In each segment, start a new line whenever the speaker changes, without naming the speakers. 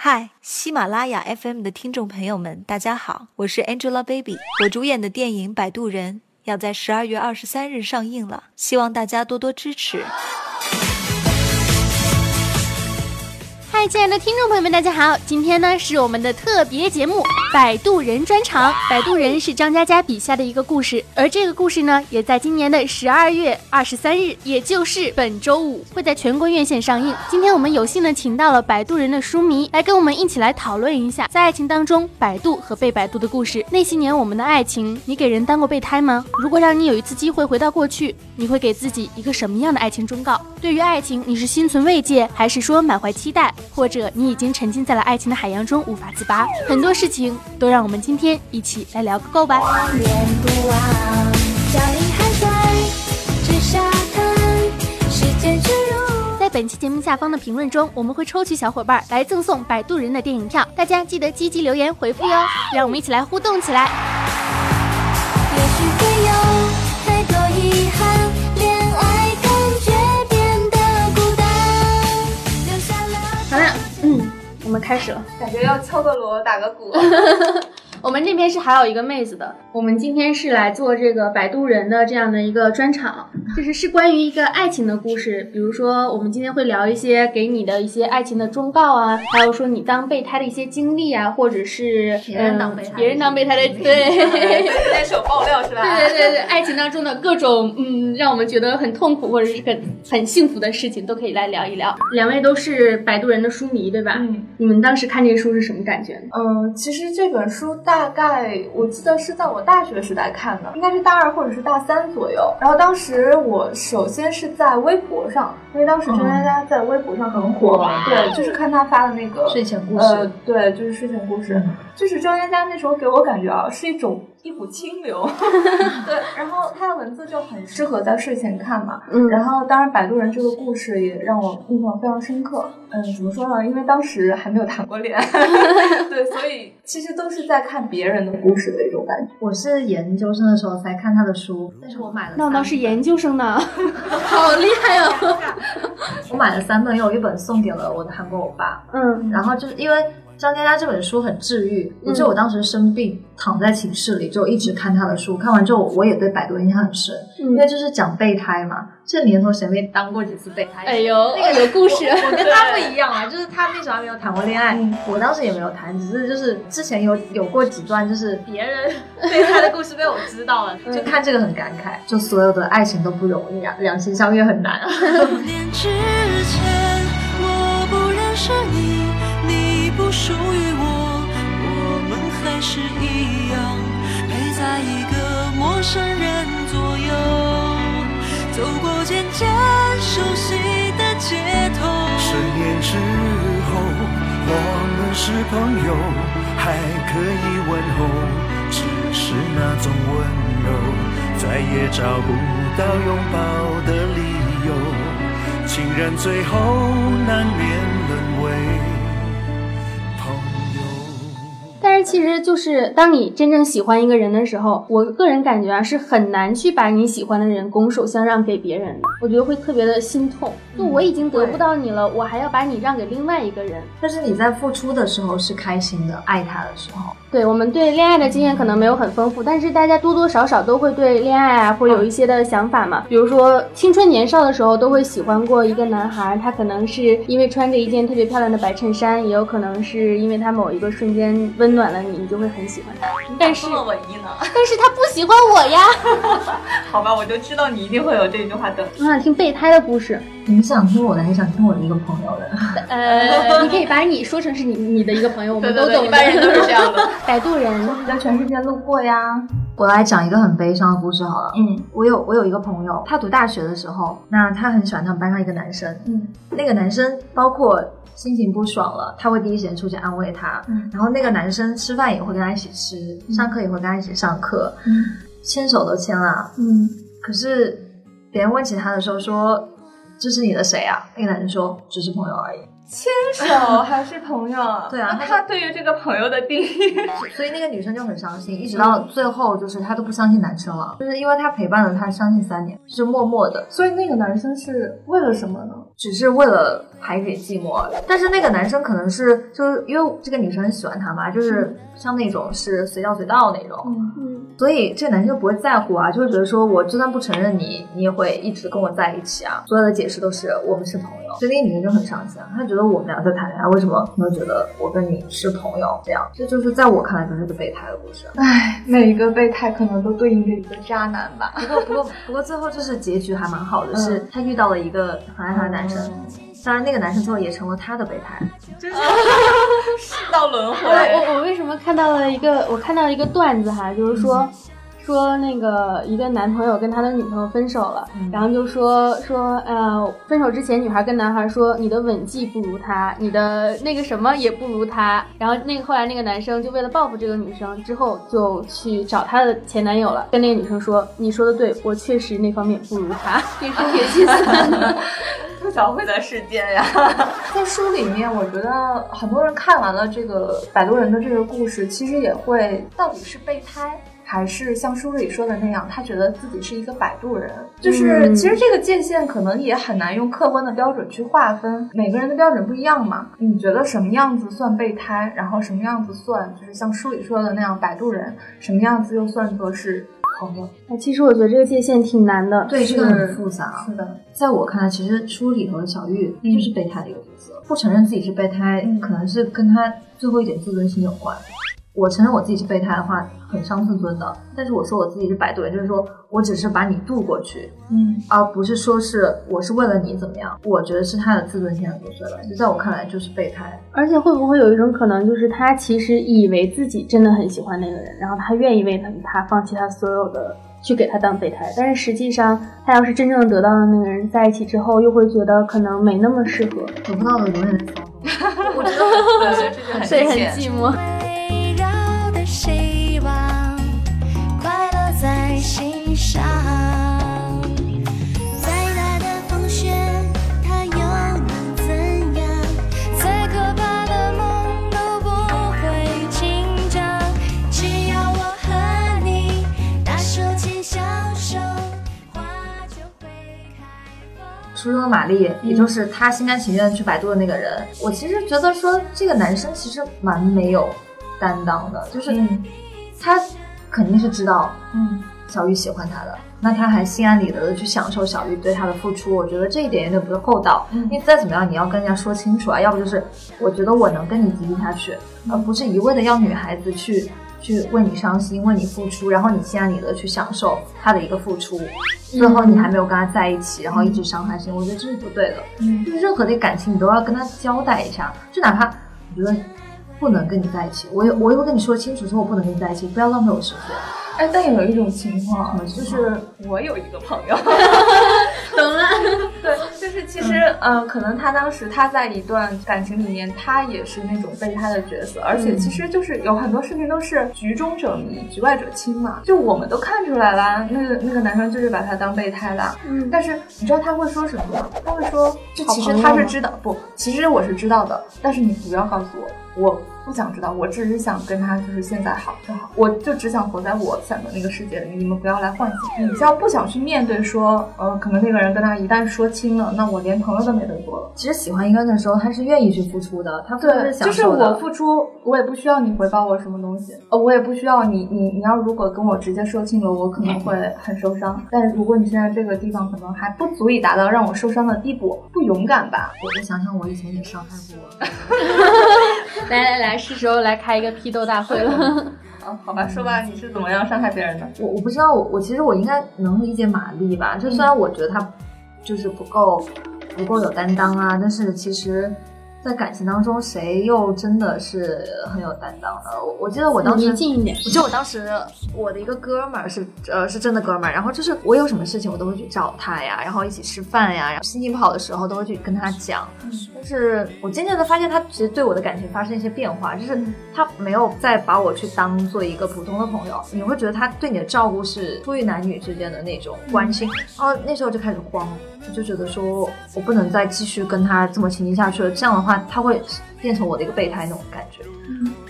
嗨，喜马拉雅 FM 的听众朋友们，大家好，我是 Angelababy， 我主演的电影《摆渡人》要在12月23日上映了，希望大家多多支持。
嗨，亲爱的听众朋友们，大家好！今天呢是我们的特别节目《摆渡人》专场。《摆渡人》是张嘉佳笔下的一个故事，而这个故事呢，也在今年的12月23日，也就是本周五，会在全国院线上映。今天我们有幸的请到了《摆渡人》的书迷来跟我们一起来讨论一下，在爱情当中摆渡和被摆渡的故事。那些年我们的爱情，你给人当过备胎吗？如果让你有一次机会回到过去，你会给自己一个什么样的爱情忠告？对于爱情，你是心存慰藉，还是说满怀期待？或者你已经沉浸在了爱情的海洋中无法自拔？很多事情都让我们今天一起来聊个够吧。在本期节目下方的评论中，我们会抽取小伙伴来赠送《摆渡人》的电影票，大家记得积极留言回复哟，让我们一起来互动起来。
也许会有太多遗憾，恋爱感觉变得孤单，留下了。
好了，我们开始了，
感觉要敲个锣打个鼓。
我们这边是还有一个妹子的，我们今天是来做这个摆渡人的这样的一个专场，是关于一个爱情的故事。比如说我们今天会聊一些给你的一些爱情的忠告啊，还有说你当备胎的一些经历啊，或者是别人当备胎的对，
在手爆料是吧？
对，爱情当中的各种让我们觉得很痛苦或者是很幸福的事情都可以来聊一聊。两位都是摆渡人的书迷对吧？你们当时看这个书是什么感觉呢？
其实这本书大概我记得是在我大学时代看的，应该是大2或者是大3左右。然后当时我首先是在微博上，因为当时张嘉佳在微博上很火嘛，对，就是看他发的那个
睡前故事，
对，就是睡前故事，就是张嘉佳那时候给我感觉啊，是一股清流，对，然后他的文字就很适合在睡前看嘛，然后当然《摆渡人》这个故事也让我印象非常深刻，怎么说呢？因为当时还没有谈过恋爱，对，所以其实都是在看别人的故事的一种感觉。
我是研究生的时候才看他的书，但是我买了。
闹闹是研究生呢，好厉害哦！
我买了3本，有一本送给了我的韩国欧巴，然后就是因为张嘉佳这本书很治愈，我记得我当时生病躺在寝室里就一直看他的书，看完之后我也对摆渡印象很深，因为就是讲备胎嘛，这年头谁没当过几次备胎？
哎呦，那个有故事。
我跟他不一样啊，就是他那时候还没有谈过恋爱，我当时也没有谈，只是就是之前有过几段就是别人备胎的故事被我知道了，就看这个很感慨，就所有的爱情都不容易啊，两情相悦很难啊。
恋之前我不认识你，你不属于我们还是一样陪在一个陌生人左右，走过渐渐熟悉的街头。
10年之后我们是朋友，还可以问候，只是那种温柔再也找不到拥抱的理由，情人最后难免沦为
但是其实就是当你真正喜欢一个人的时候，我个人感觉啊是很难去把你喜欢的人拱手相让给别人的，我觉得会特别的心痛，就我已经得不到你了，我还要把你让给另外一个人。
但是你在付出的时候是开心的，爱他的时候。
对，我们对恋爱的经验可能没有很丰富，但是大家多多少少都会对恋爱啊会有一些的想法嘛，比如说青春年少的时候都会喜欢过一个男孩，他可能是因为穿着一件特别漂亮的白衬衫，也有可能是因为他某一个瞬间温暖了你，你就会很喜欢他。但是
我一呢，
但是他不喜欢我呀。
好吧，我就知道你一定会有这句话的。
我想听备胎的故事。
你想听我的还想听我的一个朋友的？
你可以把你说成是你的一个朋友，我们都懂，
一般人都是这样的。
摆渡人
在全世界路过呀。
我来讲一个很悲伤的故事好了。我有一个朋友，他读大学的时候，那他很喜欢他们班上一个男生。那个男生包括心情不爽了，他会第一时间出去安慰他。然后那个男生吃饭也会跟他一起吃，上课也会跟他一起上课，牵手都牵了。可是别人问起他的时候说，这是你的谁啊？那个男生说只是朋友而已。
牵手还是朋友？
对啊，
那他对于这个朋友的定义，
所以那个女生就很伤心，一直到最后就是她都不相信男生了，就是因为他陪伴了她相信3年，就是默默的。
所以那个男生是为了什么呢？
只是为了排解寂寞。但是那个男生可能是就是因为这个女生很喜欢他嘛，就是像那种是随叫随到那种，所以这个男生就不会在乎啊，就会觉得说我就算不承认你，你也会一直跟我在一起啊，所有的解释都是我们是朋友。所以那个女生就很伤心啊，她觉得我们俩在谈恋爱，为什么你会觉得我跟你是朋友？这样，这就是在我看来就是个备胎的故事。
唉，每一个备胎可能都对应着一个渣男吧。
不过最后就是结局还蛮好的，是他遇到了一个很爱他的男生。当然，那个男生最后也成了他的备胎，
就是世道轮回。
我为什么看到了一个段子哈，就是说那个一个男朋友跟他的女朋友分手了，然后就说分手之前女孩跟男孩说你的吻技不如他，你的那个什么也不如他，然后后来那个男生就为了报复这个女生，之后就去找他的前男友了，跟那个女生说你说的对，我确实那方面不如他，也是挺心酸的。
不小会的事件呀。在书里面我觉得很多人看完了这个摆渡人的这个故事，其实也会到底是备胎还是像书里说的那样他觉得自己是一个摆渡人，就是其实这个界限可能也很难用客观的标准去划分，每个人的标准不一样嘛。你觉得什么样子算备胎，然后什么样子算就是像书里说的那样摆渡人，什么样子又算作是朋友。
其实我觉得这个界限挺难的。
对，这个很复杂。
是的，
在我看来其实书里头的小玉就是备胎的一个角色，不承认自己是备胎可能是跟他最后一点自尊心有关。我承认我自己是备胎的话很伤自尊的，但是我说我自己是摆渡人，就是说我只是把你渡过去，而不是说是我是为了你怎么样。我觉得是他的自尊心很作祟了，就在我看来就是备胎。
而且会不会有一种可能，就是他其实以为自己真的很喜欢那个人，然后他愿意为他放弃他所有的去给他当备胎，但是实际上他要是真正得到的那个人在一起之后，又会觉得可能没那么适合，
得不到的永远在骚动。
我觉得
所以很寂寞。
希望快乐在心上，再大的风雪它又能怎样，再可怕的梦都不会紧张，只要我和你大手牵小手，花就会开放。
书中的玛丽也就是他心甘情愿去摆渡的那个人，我其实觉得说这个男生其实蛮没有担当的，就是他肯定是知道小玉喜欢他的，那他还心安理得的去享受小玉对他的付出，我觉得这一点有点不厚道。你再怎么样你要跟人家说清楚啊，要不就是我觉得我能跟你继续下去，而不是一味的要女孩子去为你伤心为你付出，然后你心安理得去享受他的一个付出，最后你还没有跟他在一起，然后一直伤害心，我觉得这是不对的。就是任何的感情你都要跟他交代一下，就哪怕我觉得不能跟你在一起，我也会跟你说清楚，说我不能跟你在一起，不要浪费我时间。
哎，但有一种情况，就是我有一个朋友，
懂了，
对，就是其实可能他当时他在一段感情里面，他也是那种备胎的角色，而且其实就是有很多事情都是局中者迷，局外者清嘛，就我们都看出来了，那个男生就是把他当备胎的，但是你知道他会说什么吗？他会说，就其实他是知道，不，其实我是知道的，但是你不要告诉我不想知道，我只是想跟他就是现在好就好，我就只想活在我想的那个世界里，你们不要来唤醒。你只要不想去面对说，可能那个人跟他一旦说清了，那我连朋友都没得做了。
其实喜欢一个人的时候，他是愿意去付出的，他付出是享受的。
就是我付出，我也不需要你回报我什么东西，我也不需要你要如果跟我直接说清了，我可能会很受伤。但如果你现在这个地方可能还不足以达到让我受伤的地步，不勇敢吧？
我想想，我以前也伤害过。
来，是时候来开一个批斗大会了。
好吧，说吧，你是怎么样伤害别人的？
我不知道，我其实我应该能理解玛丽吧，就虽然我觉得她就是不够有担当啊，但是其实在感情当中谁又真的是很有担当的？我记得我当时
近一点，
我记得我当时我的一个哥们儿是真的哥们儿，然后就是我有什么事情我都会去找他呀，然后一起吃饭呀，然后心情不好的时候都会去跟他讲。但是我渐渐的发现他其实对我的感情发生一些变化，就是他没有再把我去当做一个普通的朋友，你会觉得他对你的照顾是出于男女之间的那种关心，然后那时候就开始慌，我就觉得说我不能再继续跟他这么亲近下去了，这样的话他会变成我的一个备胎那种感觉。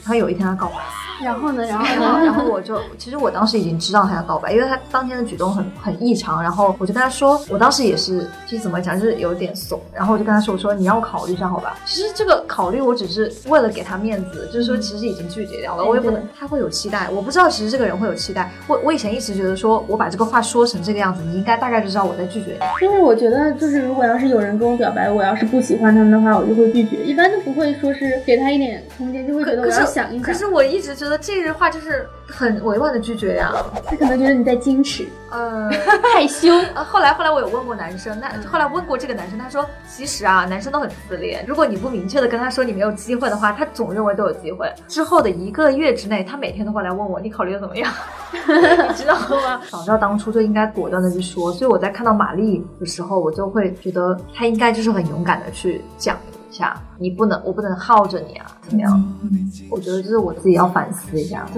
他有一天他告白。
然后呢？然
后我就，其实我当时已经知道他要告白，因为他当天的举动很异常。然后我就跟他说，我当时也是，其实怎么讲，就是有点怂。然后我就跟他说，我说你让我考虑一下，好吧？其实这个考虑，我只是为了给他面子，就是说其实已经拒绝掉了，我也不能，他会有期待，我不知道其实这个人会有期待。我以前一直觉得说，我把这个话说成这个样子，你应该大概就知道我在拒绝你。
就是我觉得，就是如果要是有人跟我表白，我要是不喜欢他们的话，我就会拒绝，一般都不会说是给他一点空间，就会觉得我要想一想。
可是我一直觉得这句话就是很委婉的拒绝呀。
他可能觉得你在矜持，害羞。
后来我有问过男生，后来问过这个男生，他说其实啊，男生都很自恋，如果你不明确的跟他说你没有机会的话，他总认为都有机会。之后的1个月之内，他每天都会来问我，你考虑的怎么样？你知道吗？早知道当初就应该果断的去说。所以我在看到玛丽的时候，我就会觉得他应该就是很勇敢的去讲一下，我不能耗着你啊，怎么样？我觉得这是我自己要反思一下。
对。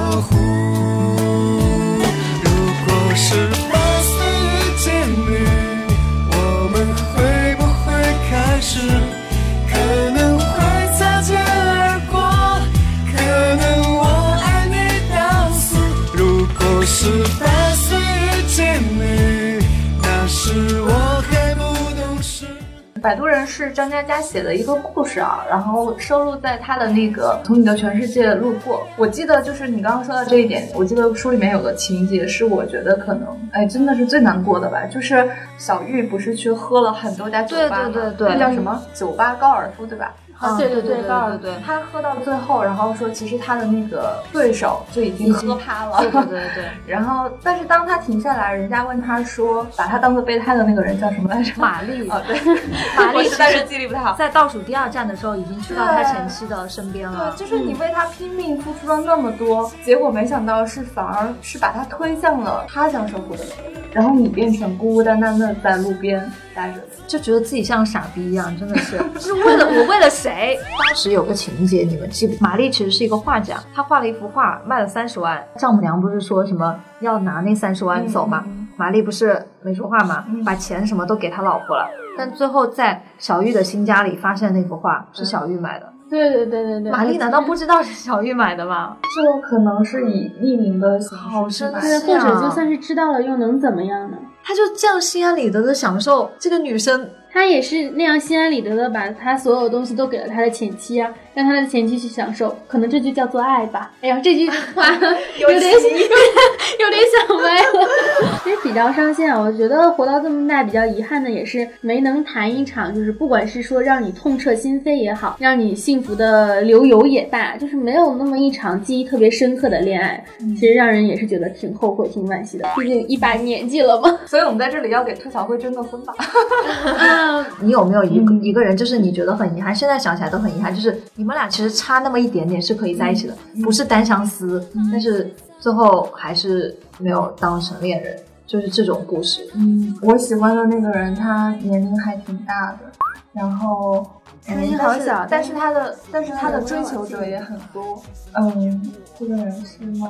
如果是8岁遇见你，我们会不会开始？可能会擦肩而过，可能我爱你到死。如果是8岁遇见你，那时我还不懂事。
摆渡人是张嘉佳写的一个故事啊，然后收录在他的那个从你的全世界路过。我记得就是你刚刚说到这一点，我记得书里面有个情节是我觉得可能真的是最难过的吧，就是小玉不是去喝了很多家酒吧吗？对，那叫什么酒吧高尔夫对吧？
对，高尔夫。
他喝到最后，然后说其实他的那个对手就已经喝趴了。
对。
然后，但是当他停下来，人家问他说，把他当做备胎的那个人叫什么来着？
玛丽。
对，
玛丽
但是记忆力不太好。
在倒数第2站的时候，已经去到他前妻的身边了。
对，就是你为他拼命付出了那么多，结果没想到是反而是把他推向了他想守护的人，然后你变成孤孤单单的在路边待着。
就觉得自己像傻逼一样，真的是，就是为了谁？当时有个情节，你们记不？玛丽其实是一个画家，她画了一幅画，卖了30万。丈母娘不是说什么要拿那30万走吗？玛丽不是美术画嘛，把钱什么都给她老婆了，但最后在小玉的新家里发现那幅画是小玉买的。
对。
玛丽难道不知道是小玉买的吗？
就可能是以匿名的形式，
好生气
啊！或者就算是知道了，又能怎么样呢？
他就这样心安理得的享受这个女生。
他也是那样心安理得的把他所有东西都给了他的前妻啊，让他的前妻去享受，可能这就叫做爱吧。哎呀，这句话有点想歪了。其实比较伤心啊，我觉得活到这么大比较遗憾的也是没能谈一场，就是不管是说让你痛彻心扉也好，让你幸福的流油也罢，就是没有那么一场记忆特别深刻的恋爱。其实让人也是觉得挺后悔挺惋惜的，毕竟一把年纪了嘛。
所以我们在这里要给兔小慧征个婚吧。
你有没有一个人就是你觉得很遗憾，现在想起来都很遗憾，就是你们俩其实差那么一点点是可以在一起的，不是单相思，但是最后还是没有当成恋人，就是这种故事。
我喜欢的那个人他年龄还挺大的，然后
声音好小，
但是他的追求者也很多。这个人是吗？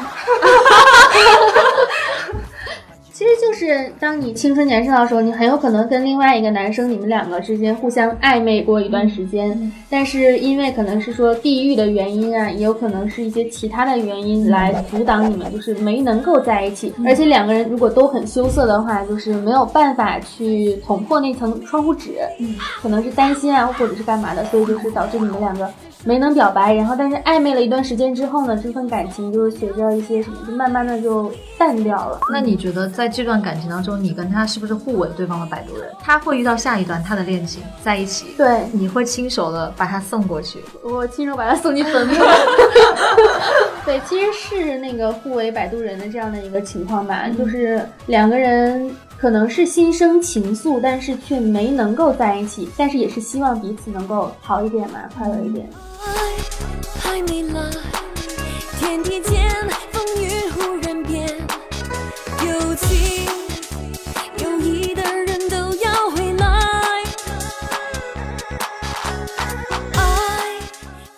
其实就是当你青春年少的时候，你很有可能跟另外一个男生，你们两个之间互相暧昧过一段时间，但是因为可能是说地域的原因啊，也有可能是一些其他的原因来阻挡你们，就是没能够在一起。而且两个人如果都很羞涩的话，就是没有办法去捅破那层窗户纸，可能是担心啊，或者是干嘛的，所以就是导致你们两个没能表白，然后但是暧昧了一段时间之后呢，这份感情就随着一些什么就慢慢的就淡掉了。
那你觉得在这段感情当中，你跟他是不是互为对方的摆渡人？他会遇到下一段他的恋情在一起，
对，
你会亲手的把他送过去？
我亲手把他送进坟墓。对，其实是那个互为摆渡人的这样的一个情况吧，就是两个人可能是心生情愫，但是却没能够在一起，但是也是希望彼此能够好一点嘛，快乐一点。
还没来，天地间风雨忽然变，有情有义的人都要回来。爱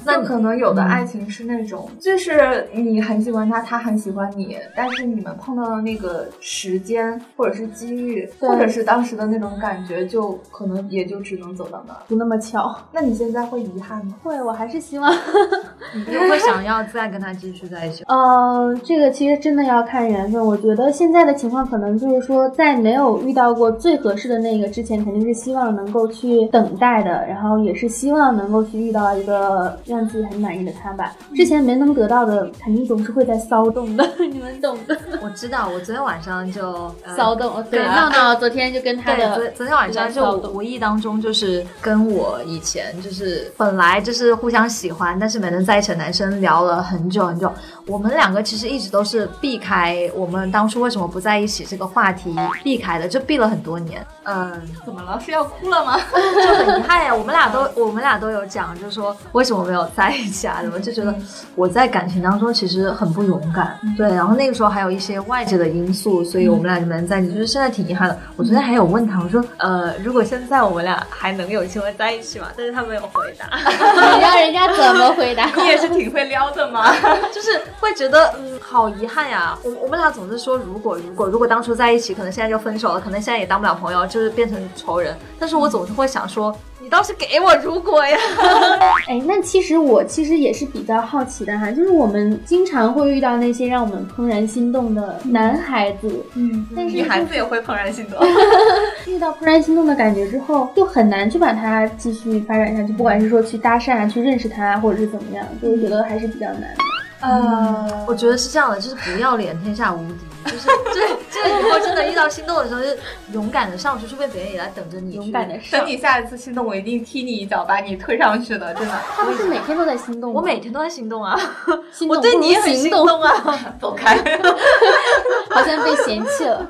那可能有的爱情是那种，就是你很喜欢他，他很喜欢你，但是你们碰到的那个时间或者是机遇，或者是当时的那种感觉，就可能也就只能走到那儿，
不那么巧。
那你现在会遗憾吗？
会，我还是希望
你会想要再跟他继续在一起。
这个其实真的要看缘分。我觉得现在的情况可能就是说，在没有遇到过最合适的那个之前，肯定是希望能够去等待的，然后也是希望能够去遇到一个让自己很满意的他吧。之前没能得到的，肯定总是会在骚动的，你们懂的。
我知道，我昨天晚上就
骚动，对，闹闹昨天就跟他的
昨天晚上就无意当中就是跟我以前就是本来就是互相喜欢，但是没能在一起的男生聊了很久很久。我们两个其实一直都是避开我们当初为什么不在一起这个话题，避开的，就避了很多年。
怎么了？是要哭了吗？
就很遗憾呀。我们俩都有讲，就是说为什么没有在一起啊？怎么就觉得我在感情当中其实很不勇敢，对。然后那个时候还有一些外界的因素，所以我们俩就没能在一起，就是现在挺遗憾的。我昨天还有问他，我说如果现在我们俩还能有机会在一起吗？但是他没有回答。
你让人家怎么回答？
你也是挺会撩的嘛。
就是会觉得好遗憾呀。我们俩总是说如果当初在一起，可能现在就分手了，可能现在也当不了朋友，就是变成仇人。但是我总是会想说，你倒是给我如果呀。
那其实我也是比较好奇的哈，就是我们经常会遇到那些让我们怦然心动的男孩子，但是
女孩子也会怦然心动。
遇到怦然心动的感觉之后，就很难去把它继续发展下去，不管是说去搭讪啊，去认识他，或者是怎么样，就我觉得还是比较难的。
我觉得是这样的，就是不要脸天下无敌，就是这以后真的遇到心动的时候，就勇敢的上去，除非别人也来等着你，
勇敢的上。
等你下一次心动，我一定踢你一脚，把你推上去的，真的。
他不是每天都在心动吗？
我每天都在心动啊，
心动
我对你也很心动啊，
走开，
好像被嫌弃了。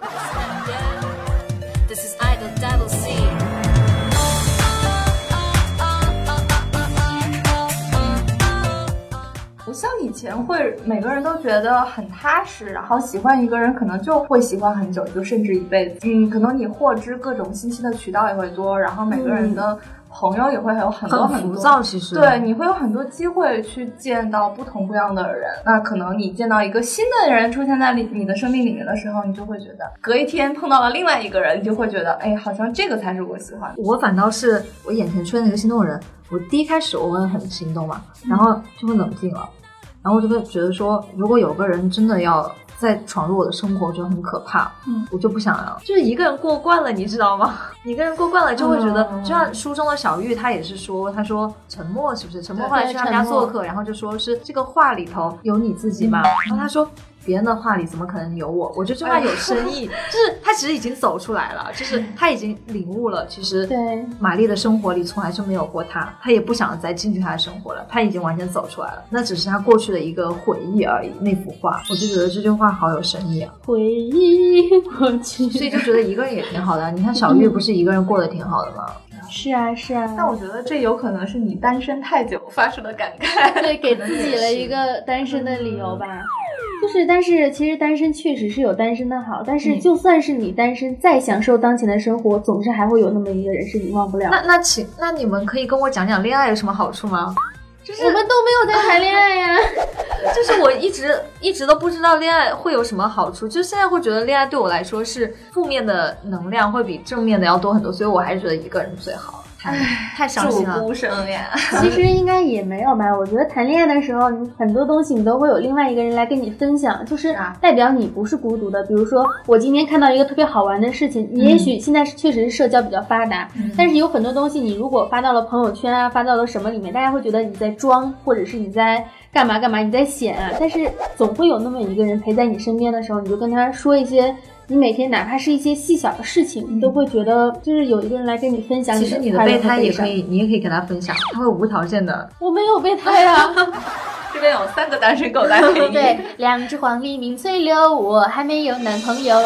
不像以前会每个人都觉得很踏实，然后喜欢一个人可能就会喜欢很久，就甚至一辈子。可能你获知各种信息的渠道也会多，然后每个人的朋友也会有很多很多，
浮躁其实。
对，你会有很多机会去见到不同样的人。那可能你见到一个新的人出现在你的生命里面的时候，你就会觉得隔一天碰到了另外一个人，你就会觉得好像这个才是我喜欢的。
我反倒是我眼前出现了一个心动的人，我第一开始我会很心动嘛，然后就会冷静了，然后我就会觉得说，如果有个人真的要再闯入我的生活，我觉得很可怕。我就不想要，就是一个人过惯了，你知道吗？一个人过惯了就会觉得，就像书中的小玉，他也是说，他说沉默是不是？沉默后来去他们家做客，然后就说是这个话里头有你自己吗？然后他说，别人的话里怎么可能有我？我觉得这话有深意，就是他其实已经走出来了，就是他已经领悟了，其实
对
玛丽的生活里从来就没有过他，他也不想再进去他的生活了，他已经完全走出来了，那只是他过去的一个回忆而已。那幅画，我就觉得这句话好有深意啊，
回忆过去，
所以就觉得一个人也挺好的。你看小玉不是一个人过得挺好的吗？
是啊是啊，
但我觉得这有可能是你单身太久发出的感慨，
对，给自己了一个单身的理由吧。但是其实单身确实是有单身的好，但是就算是你单身再享受当前的生活，总是还会有那么一个人是你忘不了。
那你们可以跟我讲讲恋爱有什么好处吗？
就是我们都没有在谈恋爱呀。
就是我一直都不知道恋爱会有什么好处，就现在会觉得恋爱对我来说是负面的能量会比正面的要多很多，所以我还是觉得一个人最好。太伤心了，
祝孤生呀。
其实应该也没有吧，我觉得谈恋爱的时候，你很多东西你都会有另外一个人来跟你分享，就是代表你不是孤独的。比如说我今天看到一个特别好玩的事情，你也许现在确实是社交比较发达，但是有很多东西你如果发到了朋友圈啊，发到了什么里面，大家会觉得你在装，或者是你在干嘛干嘛，你在显啊。但是总会有那么一个人陪在你身边的时候，你就跟他说一些你每天哪怕是一些细小的事情，你都会觉得就是有一个人来跟你分享。
其实你的备胎也可以，你也可以跟他分享，他会无条件的。
我没有备胎啊。
这边有3个单身狗在陪你。
对，2只黄鹂鸣翠柳，我还没有男朋友。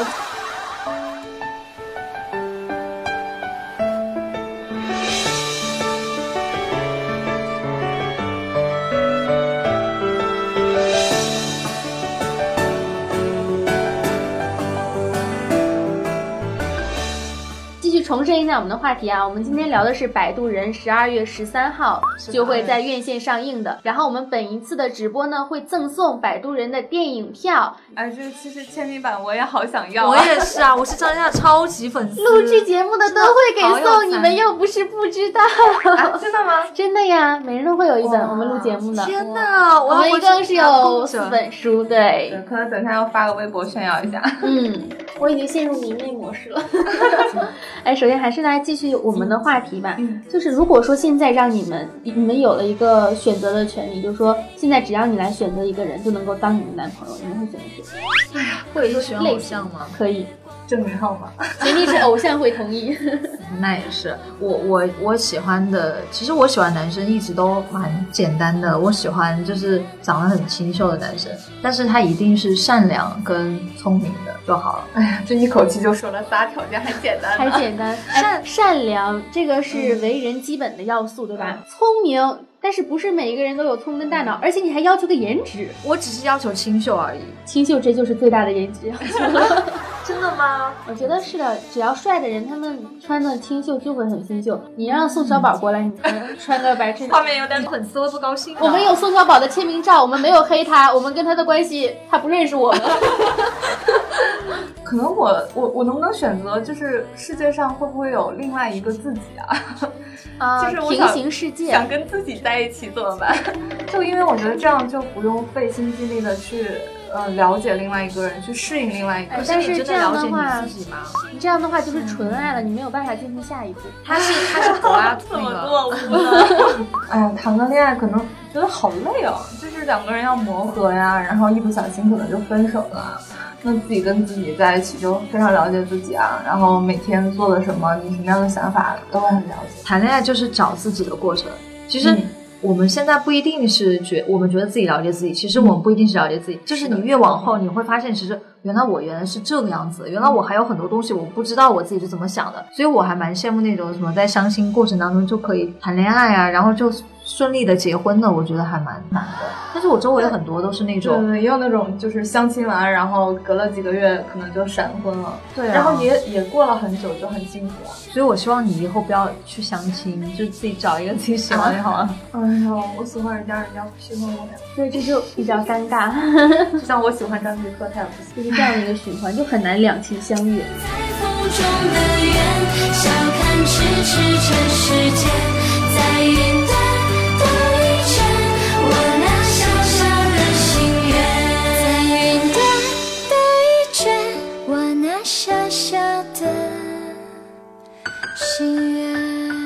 重申一下我们的话题啊，我们今天聊的是《摆渡人》12月13号就会在院线上映的。然后我们本一次的直播呢，会赠送《摆渡人》的电影票。
哎，这其实签名版我也好想要、
我也是啊，我是张嘉佳超级粉丝。
录制节目的都会给送，你们又不是不知道。
真的吗？
真的呀，每人都会有一本我们录节目的。
天哪，
我们一共是有4本书，对，
可能等一下要发个微博炫耀一下。
我已经陷入迷妹模式了。哎，首先还是来继续我们的话题吧。就是如果说现在让你们有了一个选择的权利，就是说现在只要你来选择一个人就能够当你的男朋友，你们会选择谁？
哎呀，或者说选偶像吗？
可以，
郑允浩吗？
前提是偶像会同意。
那也是，我喜欢的，其实我喜欢男生一直都蛮简单的，我喜欢就是长得很清秀的男生，但是他一定是善良跟聪明的就好了。
哎呀，这一口气就说了仨条件，还简单，
还简单。善良这个是为人基本的要素，对吧？聪明。但是不是每一个人都有聪明的大脑，而且你还要求个颜值。
我只是要求清秀而已，
清秀这就是最大的颜值要求。
真的吗？
我觉得是的，只要帅的人他们穿的清秀就会很清秀。你让宋小宝过来，你穿个白衬衫，
画面有点粉丝会不高兴。
我们有宋小宝的签名照，我们没有黑他，我们跟他的关系他不认识我们。
可能我能不能选择，就是世界上会不会有另外一个自己啊？就是我
平行世界，
想跟自己在一起怎么办？就因为我觉得这样就不用费心机力的去了解另外一个人，去适应另外一个人。
但是这样的话，
你自己吗？
这样的话就是纯爱了，你没有办法进行下一步。
他是柏拉图
那个。落伍呢？哎呀，谈个恋爱可能觉得好累哦，就是两个人要磨合呀，然后一不小心可能就分手了。那自己跟自己在一起就非常了解自己啊，然后每天做了什么，你什么样的想法都会很了解。
谈恋爱就是找自己的过程，其实我们现在不一定是我们觉得自己了解自己，其实我们不一定是了解自己，就是你越往后你会发现，其实原来是这个样子，原来我还有很多东西我不知道我自己是怎么想的，所以我还蛮羡慕那种什么在相亲过程当中就可以谈恋爱啊，然后就顺利的结婚的，我觉得还蛮难的。但是我周围很多都是那种，
对，也有那种就是相亲完，然后隔了几个月可能就闪婚了，
对啊，
然后也过了很久就很幸福了。
所以我希望你以后不要去相亲，就自己找一个自己喜欢就好了。
哎呦，我喜欢人家，人家不喜欢我呀，
所以这就比较尴尬。
就像我喜欢张继科，他也不喜欢，
就是这样的一个循环，就很难两情相悦。
在风中的缘，笑看咫尺这世界，在云端兜一圈，我那小小的心愿，在云端兜一圈，我那小小的心愿。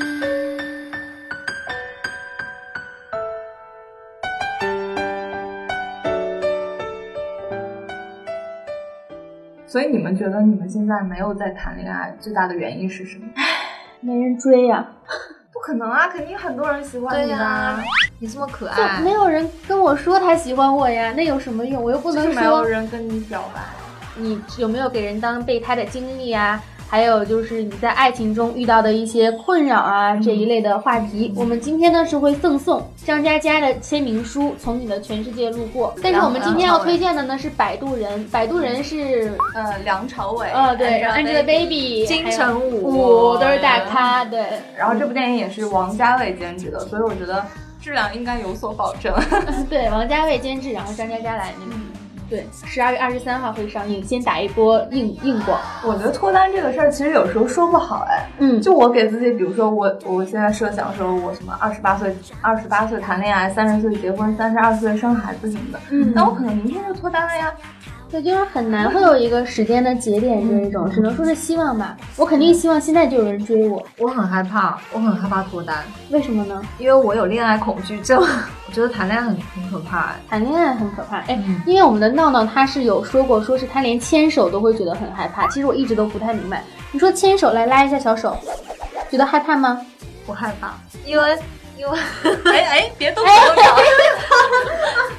所以你们觉得你们现在没有在谈恋爱最大的原因是什么？
没人追呀。
不可能啊，肯定很多人喜欢你啊，
你这么可爱，
就没有人跟我说他喜欢我呀，那有什么用？我又不能说
没有人跟你表白。
你有没有给人当备胎的经历啊？还有就是你在爱情中遇到的一些困扰啊，这一类的话题。我们今天呢是会赠送张嘉佳的签名书《从你的全世界路过》，但是我们今天要推荐的呢是《摆渡人》，《摆渡人》是
梁朝伟，
对 ，Angelababy、
金城
武都是大咖，对。
然后这部电影也是王家卫监制的，所以我觉得质量应该有所保证。
对，王家卫监制，然后张嘉佳来那个。对，12月23号会上映，先打一波硬广。
我觉得脱单这个事儿其实有时候说不好哎，就我给自己，比如说我现在设想说我什么28岁谈恋爱，30岁结婚，32岁生孩子什么的，那我可能明天就脱单了呀。
对，就是很难会有一个时间的节点这一种，只能说是希望吧。我肯定希望现在就有人追我。
我很害怕脱单。
为什么呢？
因为我有恋爱恐惧症，我觉得谈恋爱很可怕。
谈恋爱很可怕，因为我们的闹闹他是有说过，说是他连牵手都会觉得很害怕。其实我一直都不太明白，你说牵手来拉一下小手，觉得害怕吗？
不害怕，因为
别动手脚。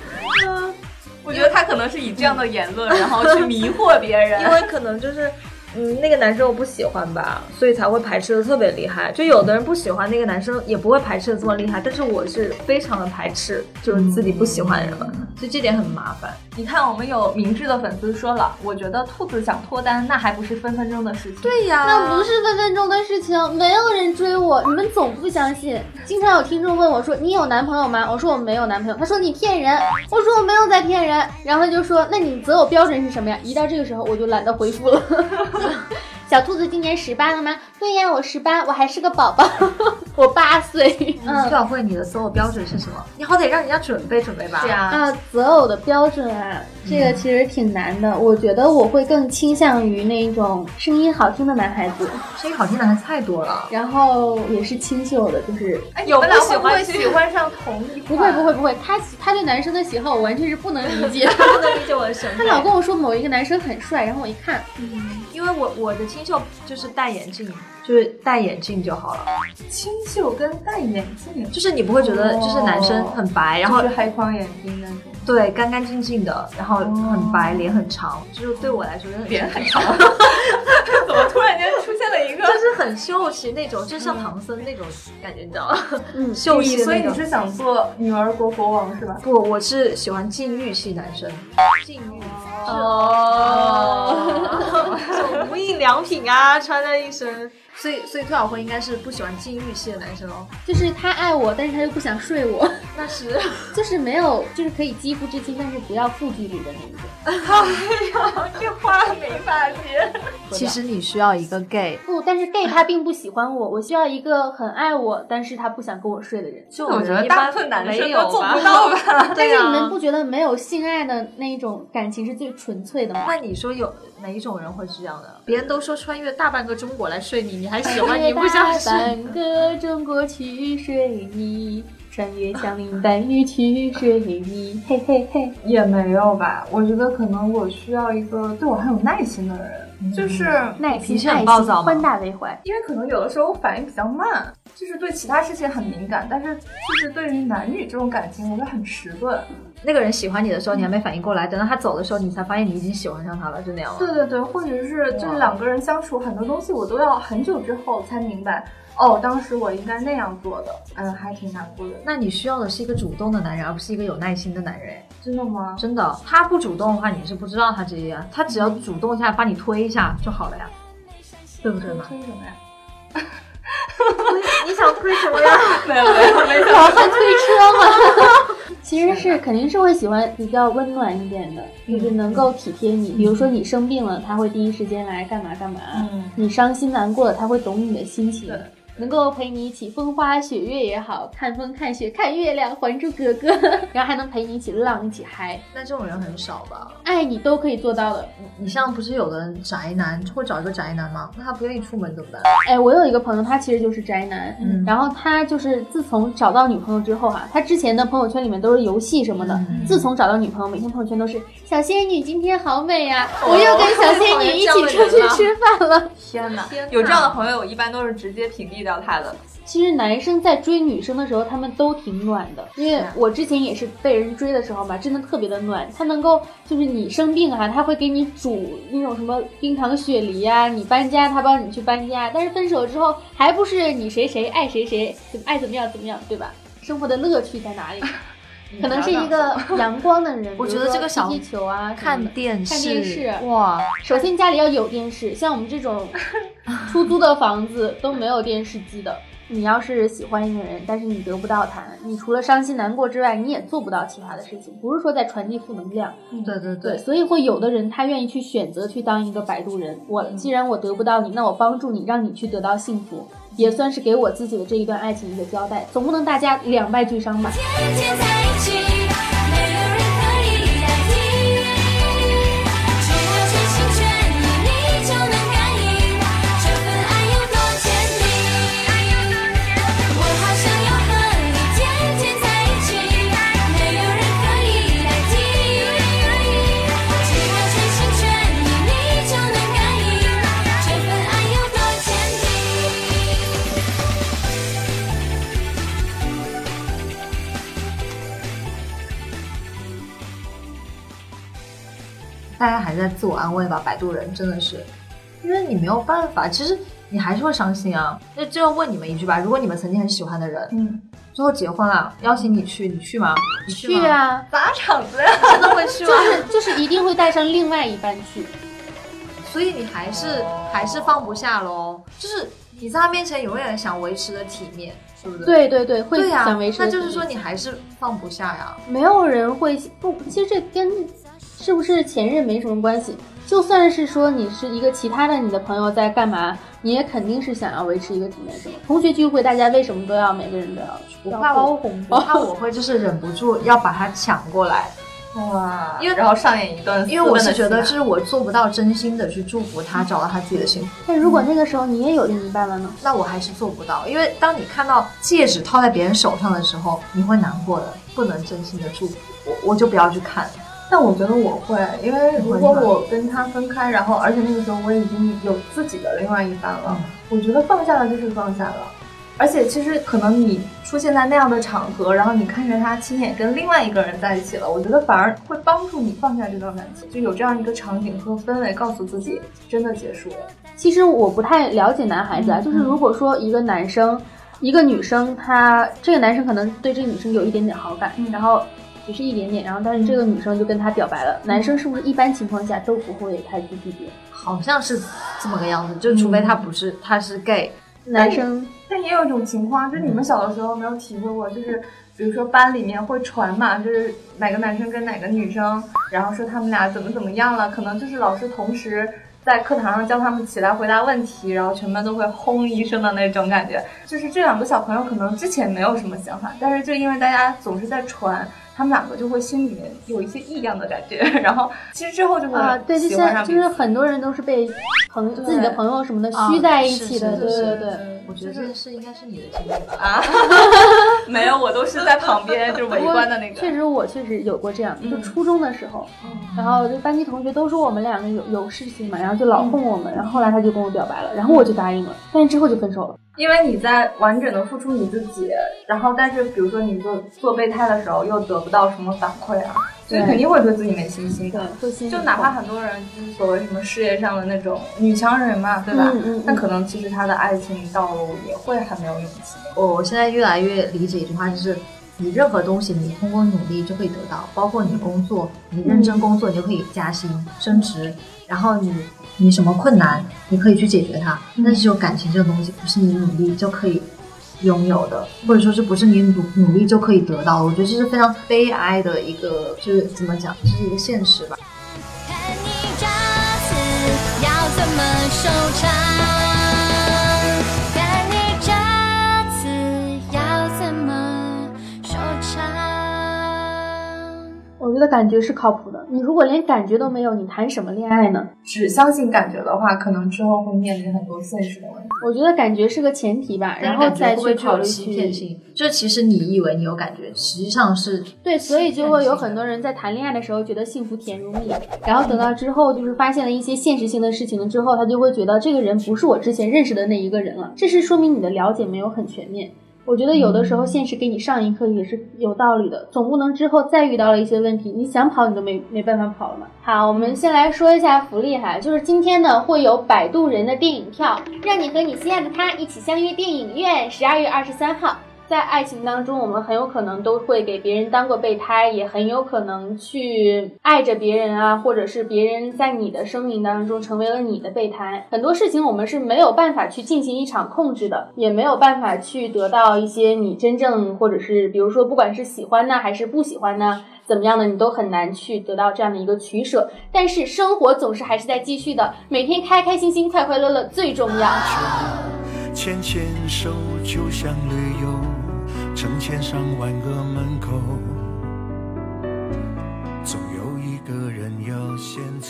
我觉得他可能是以这样的言论，然后去迷惑别人。
因为可能就是那个男生我不喜欢吧，所以才会排斥的特别厉害。就有的人不喜欢那个男生也不会排斥的这么厉害，但是我是非常的排斥，就是自己不喜欢的人了，所以这点很麻烦。
你看，我们有明智的粉丝说了，我觉得兔子想脱单，那还不是分分钟的事情。
对呀，
那不是分分钟的事情，没有人追我，你们总不相信。经常有听众问我说，你有男朋友吗？我说我没有男朋友。他说你骗人，我说我没有在骗人。然后他就说，那你择偶标准是什么呀？一到这个时候我就懒得回复了。小兔子今年18了吗？对呀，我18，我还是个宝宝，我8岁。
小慧，你的择偶标准是什么？你好歹让人家准备准备吧。
对啊，
择偶的标准啊，这个其实挺难的。我觉得我会更倾向于那种声音好听的男孩子，
声音好听的男孩子太多了，
然后也是清秀的，就是
有不喜欢上同一款？
不会，他对男生的喜好我完全是不能理解，
不能理解我的审美。
他老跟我说某一个男生很帅，然后我一看，
因为我的清秀就是戴眼镜，就是戴眼镜就好了。
清秀跟戴眼镜，
就是你不会觉得就是男生很白，然后
就是黑框眼睛那种。
对，干干净净的，然后很白，脸很长，就是对我来说
脸很长。怎么突然间出现了一个？
就是很秀气那种，就像唐僧那种感觉，你知道吗？秀气。
所以你是想做女儿国国王是吧？
不，我是喜欢禁欲系男生。禁欲无印良品啊，穿在一身。所以退小辉应该是不喜欢禁欲系的男生哦。
就是他爱我，但是他又不想睡我。
那是
就是没有，就是可以肌肤之亲，但是不要负距离的那种。
哎呀，这话没法接。
其实你需要一个 gay，
不，但是 gay 他并不喜欢我，我需要一个很爱我，但是他不想跟我睡的人。
就
我觉得大部分男生都做不
到吧？
但是你们不觉得没有性爱的那一种感情是最纯粹的吗？
那你说有哪一种人会是这样的？别人都说穿越大半个中国来睡你，你还喜欢？你不相信？
大半个中国去睡你。穿越枪林弹雨去睡你，嘿嘿嘿。
也没有吧，我觉得可能我需要一个对我很有耐心的人，就是
耐心、
脾气很暴躁，
宽大为怀。
因为可能有的时候我反应比较慢，就是对其他事情很敏感，但是就是对于男女这种感情，我会很迟钝。
那个人喜欢你的时候，你还没反应过来，等到他走的时候，你才发现你已经喜欢上他了，就那样了。
对，或者是就是两个人相处很多东西，我都要很久之后才明白。哦，当时我应该那样做的，还挺难过的。
那你需要的是一个主动的男人，而不是一个有耐心的男人。
真的吗？
真的，他不主动的话，你是不知道他这样，他只要主动一下，把你推一下就好了呀，对不对嘛？
推什么呀？
你想推什么呀？
没有，我
会推车吗？其实是肯定是会喜欢比较温暖一点的，就是能够体贴你。比如说你生病了，他会第一时间来干嘛干嘛；你伤心难过了，他会懂你的心情。能够陪你一起风花雪月也好，看风看雪看月亮，还珠格格，然后还能陪你一起浪一起嗨。
那这种人很少吧？
爱你都可以做到的。
你像不是有的人宅男会找一个宅男吗？那他不愿意出门怎么办？
我有一个朋友，他其实就是宅男，然后他就是自从找到女朋友之后他之前的朋友圈里面都是游戏什么的，自从找到女朋友，每天朋友圈都是小仙女今天好美呀，我又跟小仙女一起出去吃饭了。
天哪，有这样的朋友，我一般都是直接屏蔽掉他的。
其实男生在追女生的时候，他们都挺暖的，因为我之前也是被人追的时候嘛，真的特别的暖。他能够就是你生病他会给你煮那种什么冰糖雪梨啊，你搬家他帮你去搬家，但是分手之后还不是你谁爱谁爱怎么样，对吧？生活的乐趣在哪里？可能是一个阳光的人。
我觉得这个小
踢球啊，
看电视
哇，首先家里要有电视，像我们这种出租的房子都没有电视机的。你要是喜欢一个人，但是你得不到他，你除了伤心难过之外，你也做不到其他的事情，不是说在传递负能量。对，所以会有的人他愿意去选择去当一个摆渡人。既然我得不到你，那我帮助你，让你去得到幸福，也算是给我自己的这一段爱情一个交代，总不能大家两败俱伤吧。
天天在一起，没有人可以代替，只要全心全意，你就能感应这份爱有多坚定。我好想要和你天天在一起，没有人可以代替，只要全心全意，你就能感应这份爱有多坚定。
大家还在自我安慰吧，摆渡人真的是因为你没有办法，其实你还是会伤心啊。那就要问你们一句吧，如果你们曾经很喜欢的人，最后结婚了，邀请你去，你去吗？你去吗？
去啊，
砸场子呀，
真的会去吗？
就是一定会带上另外一半去。
所以你还是放不下咯，就是你在他面前永远想维持的体面，对不对？
对，会想维持的体面。
那就是说你还是放不下呀。
没有人会不，其实这跟是不是前任没什么关系。就算是说你是一个其他的你的朋友在干嘛，你也肯定是想要维持一个体面什么。同学聚会，大家为什么都要每个人都要去？
我怕
包红包，
我怕我会就是忍不住要把他抢过来。
哇！
因为
然后上演一段，
因为我是觉得就是我做不到真心的去祝福他找到他自己的幸福。
但如果那个时候你也有另一半了呢？
那我还是做不到，因为当你看到戒指套在别人手上的时候，你会难过的，不能真心的祝福我就不要去看。
但我觉得我会，因为如果我跟他分开，然后而且那个时候我已经有自己的另外一半了，我觉得放下了就是放下了。而且其实可能你出现在那样的场合，然后你看着他亲眼跟另外一个人在一起了，我觉得反而会帮助你放下这段感情，就有这样一个场景和氛围告诉自己真的结束了。
其实我不太了解男孩子啊，就是如果说一个男生一个女生，他这个男生可能对这个女生有一点点好感，然后只是一点点，然后但是这个女生就跟他表白了，男生是不是一般情况下都不会太去拒绝？
好像是这么个样子，就除非他不是他是 gay。
男生，
但也有一种情况，就是你们小的时候没有体会过，就是比如说班里面会传嘛，就是哪个男生跟哪个女生，然后说他们俩怎么样了，可能就是老师同时在课堂上叫他们起来回答问题，然后全班都会轰一声的那种感觉。就是这两个小朋友可能之前没有什么想法，但是就因为大家总是在传，他们两个就会心里面有一些异样的感觉，然后其实之后就会
对，
喜欢上彼此。
就是很多人都是被自己的朋友什么的虚在一起的，对。
我觉得这件事应该是你的经历吧？
啊，没有，我都是在旁边就是围观的那个。
我确实有过这样，就初中的时候，然后就班级同学都说我们两个有事情嘛，然后就老哄我们，然后后来他就跟我表白了，然后我就答应了，但是之后就分手了。
因为你在完整的付出你自己，然后但是比如说你做备胎的时候又得不到什么反馈啊，所以肯定会对自己没信心的。
对，
就哪怕很多人就是所谓什么事业上的那种女强人嘛，对吧？但可能其实他的爱情道路也会很没有勇气。
我现在越来越理解一句话，就是你任何东西你通过努力就可以得到，包括你工作，你认真工作你就可以加薪升职，然后你什么困难你可以去解决它，但是有感情这个东西不是你努力就可以拥有的，或者说是不是你努力就可以得到的。我觉得这是非常悲哀的一个，就是怎么讲，这是一个现实吧。
看你这次要怎么收场，看你这次要怎么收场。
我觉得感觉是靠谱的，你如果连感觉都没有，你谈什么恋爱呢？
只相信感觉的话，可能之后会面临很多现实的问题。
我觉得感觉是个前提吧，然后再去考虑
欺骗性，就其实你以为你有感觉，实际上是
对，所以就会有很多人在谈恋爱的时候觉得幸福甜如蜜，然后等到之后就是发现了一些现实性的事情了之后，他就会觉得这个人不是我之前认识的那一个人了，这是说明你的了解没有很全面。我觉得有的时候现实给你上一课也是有道理的，总不能之后再遇到了一些问题，你想跑你都没办法跑了嘛。好，我们先来说一下福利哈，就是今天呢会有摆渡人的电影票，让你和你心爱的他一起相约电影院，12月23号。在爱情当中，我们很有可能都会给别人当过备胎，也很有可能去爱着别人啊，或者是别人在你的生命当中成为了你的备胎。很多事情我们是没有办法去进行一场控制的，也没有办法去得到一些你真正或者是比如说不管是喜欢呢还是不喜欢呢怎么样的，你都很难去得到这样的一个取舍。但是生活总是还是在继续的，每天开开心心快快乐乐最重要。
牵牵手就像旅游，成千上万个门口，总有一个人要先走。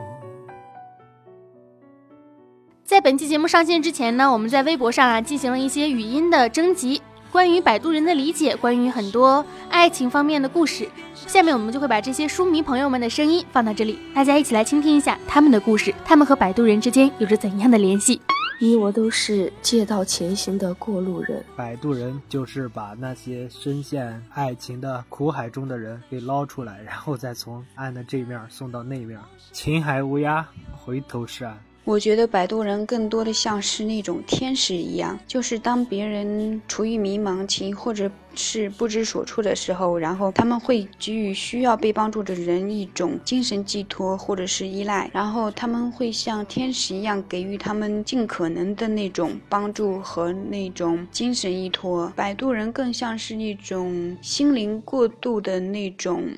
在本期节目上线之前呢，我们在微博上进行了一些语音的征集，关于摆渡人的理解，关于很多爱情方面的故事。下面我们就会把这些书迷朋友们的声音放到这里，大家一起来倾听一下他们的故事，他们和摆渡人之间有着怎样的联系。
你我都是借道前行的过路人，
摆渡人就是把那些深陷爱情的苦海中的人给捞出来，然后再从岸的这面送到那面。情海无涯，回头是岸。
我觉得摆渡人更多的像是那种天使一样，就是当别人处于迷茫期或者是不知所措的时候，然后他们会给予需要被帮助的人一种精神寄托或者是依赖，然后他们会像天使一样给予他们尽可能的那种帮助和那种精神依托。摆渡人更像是那种心灵过渡的一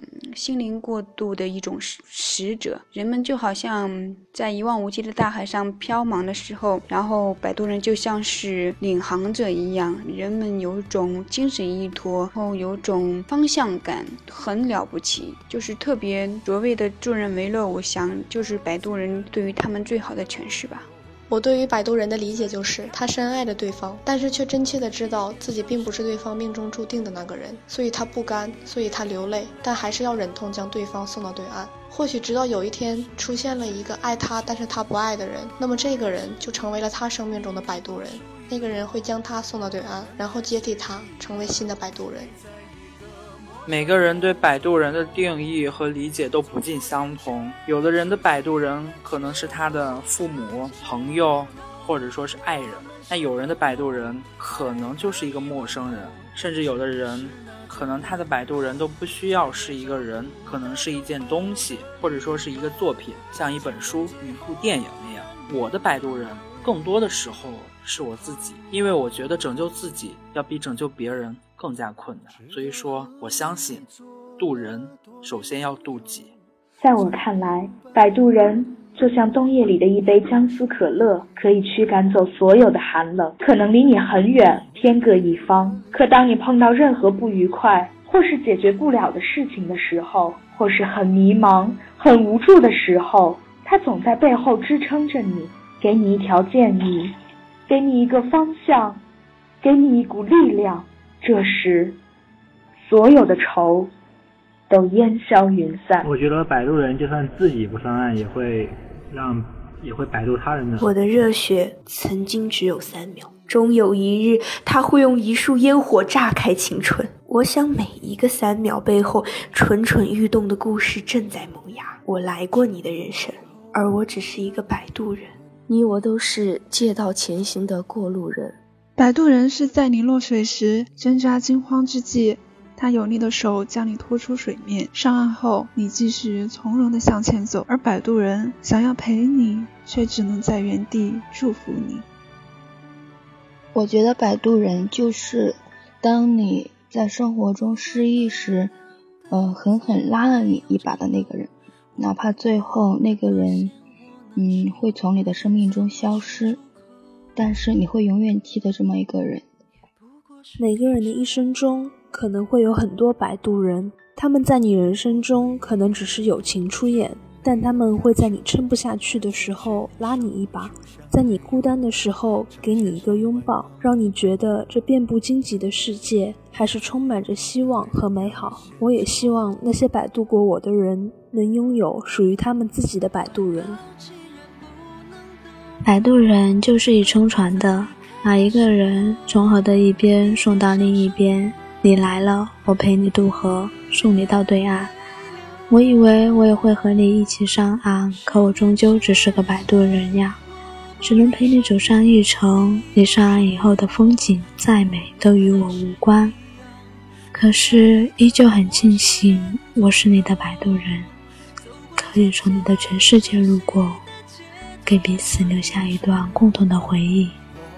种使者，人们就好像在一望无际的大海上飘茫的时候，然后摆渡人就像是领航者一样，人们有种精神依托，然后有种方向感，很了不起，就是特别所谓的助人为乐，我想就是摆渡人对于他们最好的诠释吧。
我对于摆渡人的理解就是，他深爱着对方，但是却真切地知道自己并不是对方命中注定的那个人，所以他不甘，所以他流泪，但还是要忍痛将对方送到对岸。或许直到有一天出现了一个爱他但是他不爱的人，那么这个人就成为了他生命中的摆渡人，那个人会将他送到对岸，然后接替他成为新的摆渡人。
每个人对摆渡人的定义和理解都不尽相同，有的人的摆渡人可能是他的父母、朋友，或者说是爱人，那有人的摆渡人可能就是一个陌生人，甚至有的人可能他的摆渡人都不需要是一个人，可能是一件东西，或者说是一个作品，像一本书、一部电影那样。我的摆渡人更多的时候是我自己，因为我觉得拯救自己要比拯救别人更加困难，所以说我相信渡人首先要渡己。
在我看来，摆渡人就像冬夜里的一杯姜丝可乐，可以驱赶走所有的寒冷，可能离你很远，天各一方，可当你碰到任何不愉快或是解决不了的事情的时候，或是很迷茫很无助的时候，它总在背后支撑着你，给你一条建议，给你一个方向，给你一股力量。这时所有的愁都烟消云散。
我觉得摆渡人就算自己不上岸，也会摆渡他人的。
我的热血曾经只有3秒，终有一日他会用一束烟火炸开青春。我想每一个3秒背后蠢蠢欲动的故事正在萌芽。我来过你的人生，而我只是一个摆渡人。
你我都是借道前行的过路人。
摆渡人是在你落水时挣扎惊慌之际，他有力的手将你拖出水面，上岸后你继续从容地向前走，而摆渡人想要陪你，却只能在原地祝福你。
我觉得摆渡人就是当你在生活中失意时狠狠拉了你一把的那个人，哪怕最后那个人会从你的生命中消失，但是你会永远记得这么一个人。
每个人的一生中可能会有很多摆渡人，他们在你人生中可能只是友情出演，但他们会在你撑不下去的时候拉你一把，在你孤单的时候给你一个拥抱，让你觉得这遍布荆棘的世界还是充满着希望和美好。我也希望那些摆渡过我的人能拥有属于他们自己的摆渡人。
摆渡人就是以撑船的，把一个人从河的一边送到另一边，你来了，我陪你渡河，送你到对岸。我以为我也会和你一起上岸，可我终究只是个摆渡人呀，只能陪你走上一程，你上岸以后的风景再美都与我无关。可是依旧很庆幸我是你的摆渡人，可以从你的全世界路过，给彼此留下一段共同的回忆。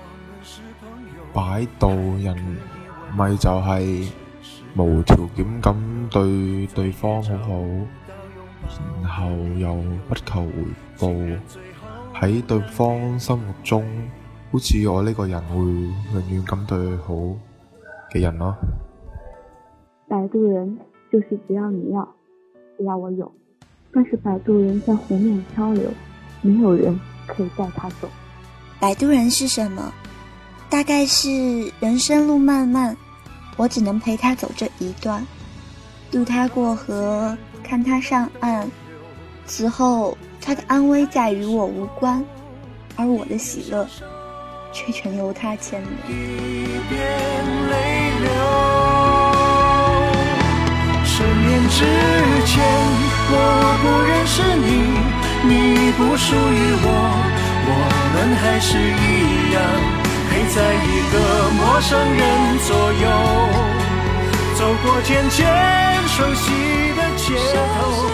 擺渡人咪就係無條件咁對對方好好，然後又不求回報，喺對方心目中好似我呢個人會永遠咁對佢好嘅人咯。
擺渡人就是只要你要，只要我有，但是擺渡人在湖面漂流，没有人可以带他走。
摆渡人是什么？大概是人生路漫漫，我只能陪他走这一段，渡他过河，看他上岸，此后他的安危在于我无关，而我的喜乐却全由他牵连。
一边泪流，10年之前我不认识你，你不属于我， 我们还是一样陪在一个陌生人左右，走过渐渐熟悉的街头。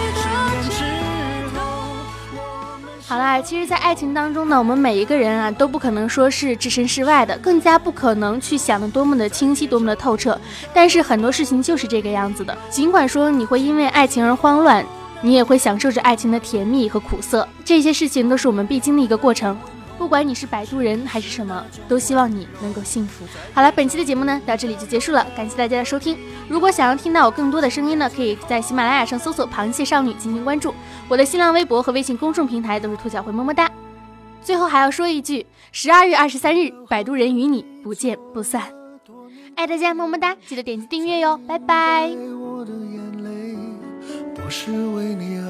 好啦，其实在爱情当中呢，我们每一个人啊都不可能说是置身事外的，更加不可能去想得多么的清晰，多么的透彻。但是很多事情就是这个样子的，尽管说你会因为爱情而慌乱，你也会享受着爱情的甜蜜和苦涩，这些事情都是我们必经的一个过程。不管你是摆渡人还是什么，都希望你能够幸福。好了，本期的节目呢到这里就结束了，感谢大家的收听。如果想要听到我更多的声音呢，可以在喜马拉雅上搜索螃蟹少女进行关注，我的新浪微博和微信公众平台都是兔小慧么么哒。最后还要说一句，12月23日摆渡人与你不见不散，爱大家么么哒，记得点击订阅哟，拜拜。
不是为你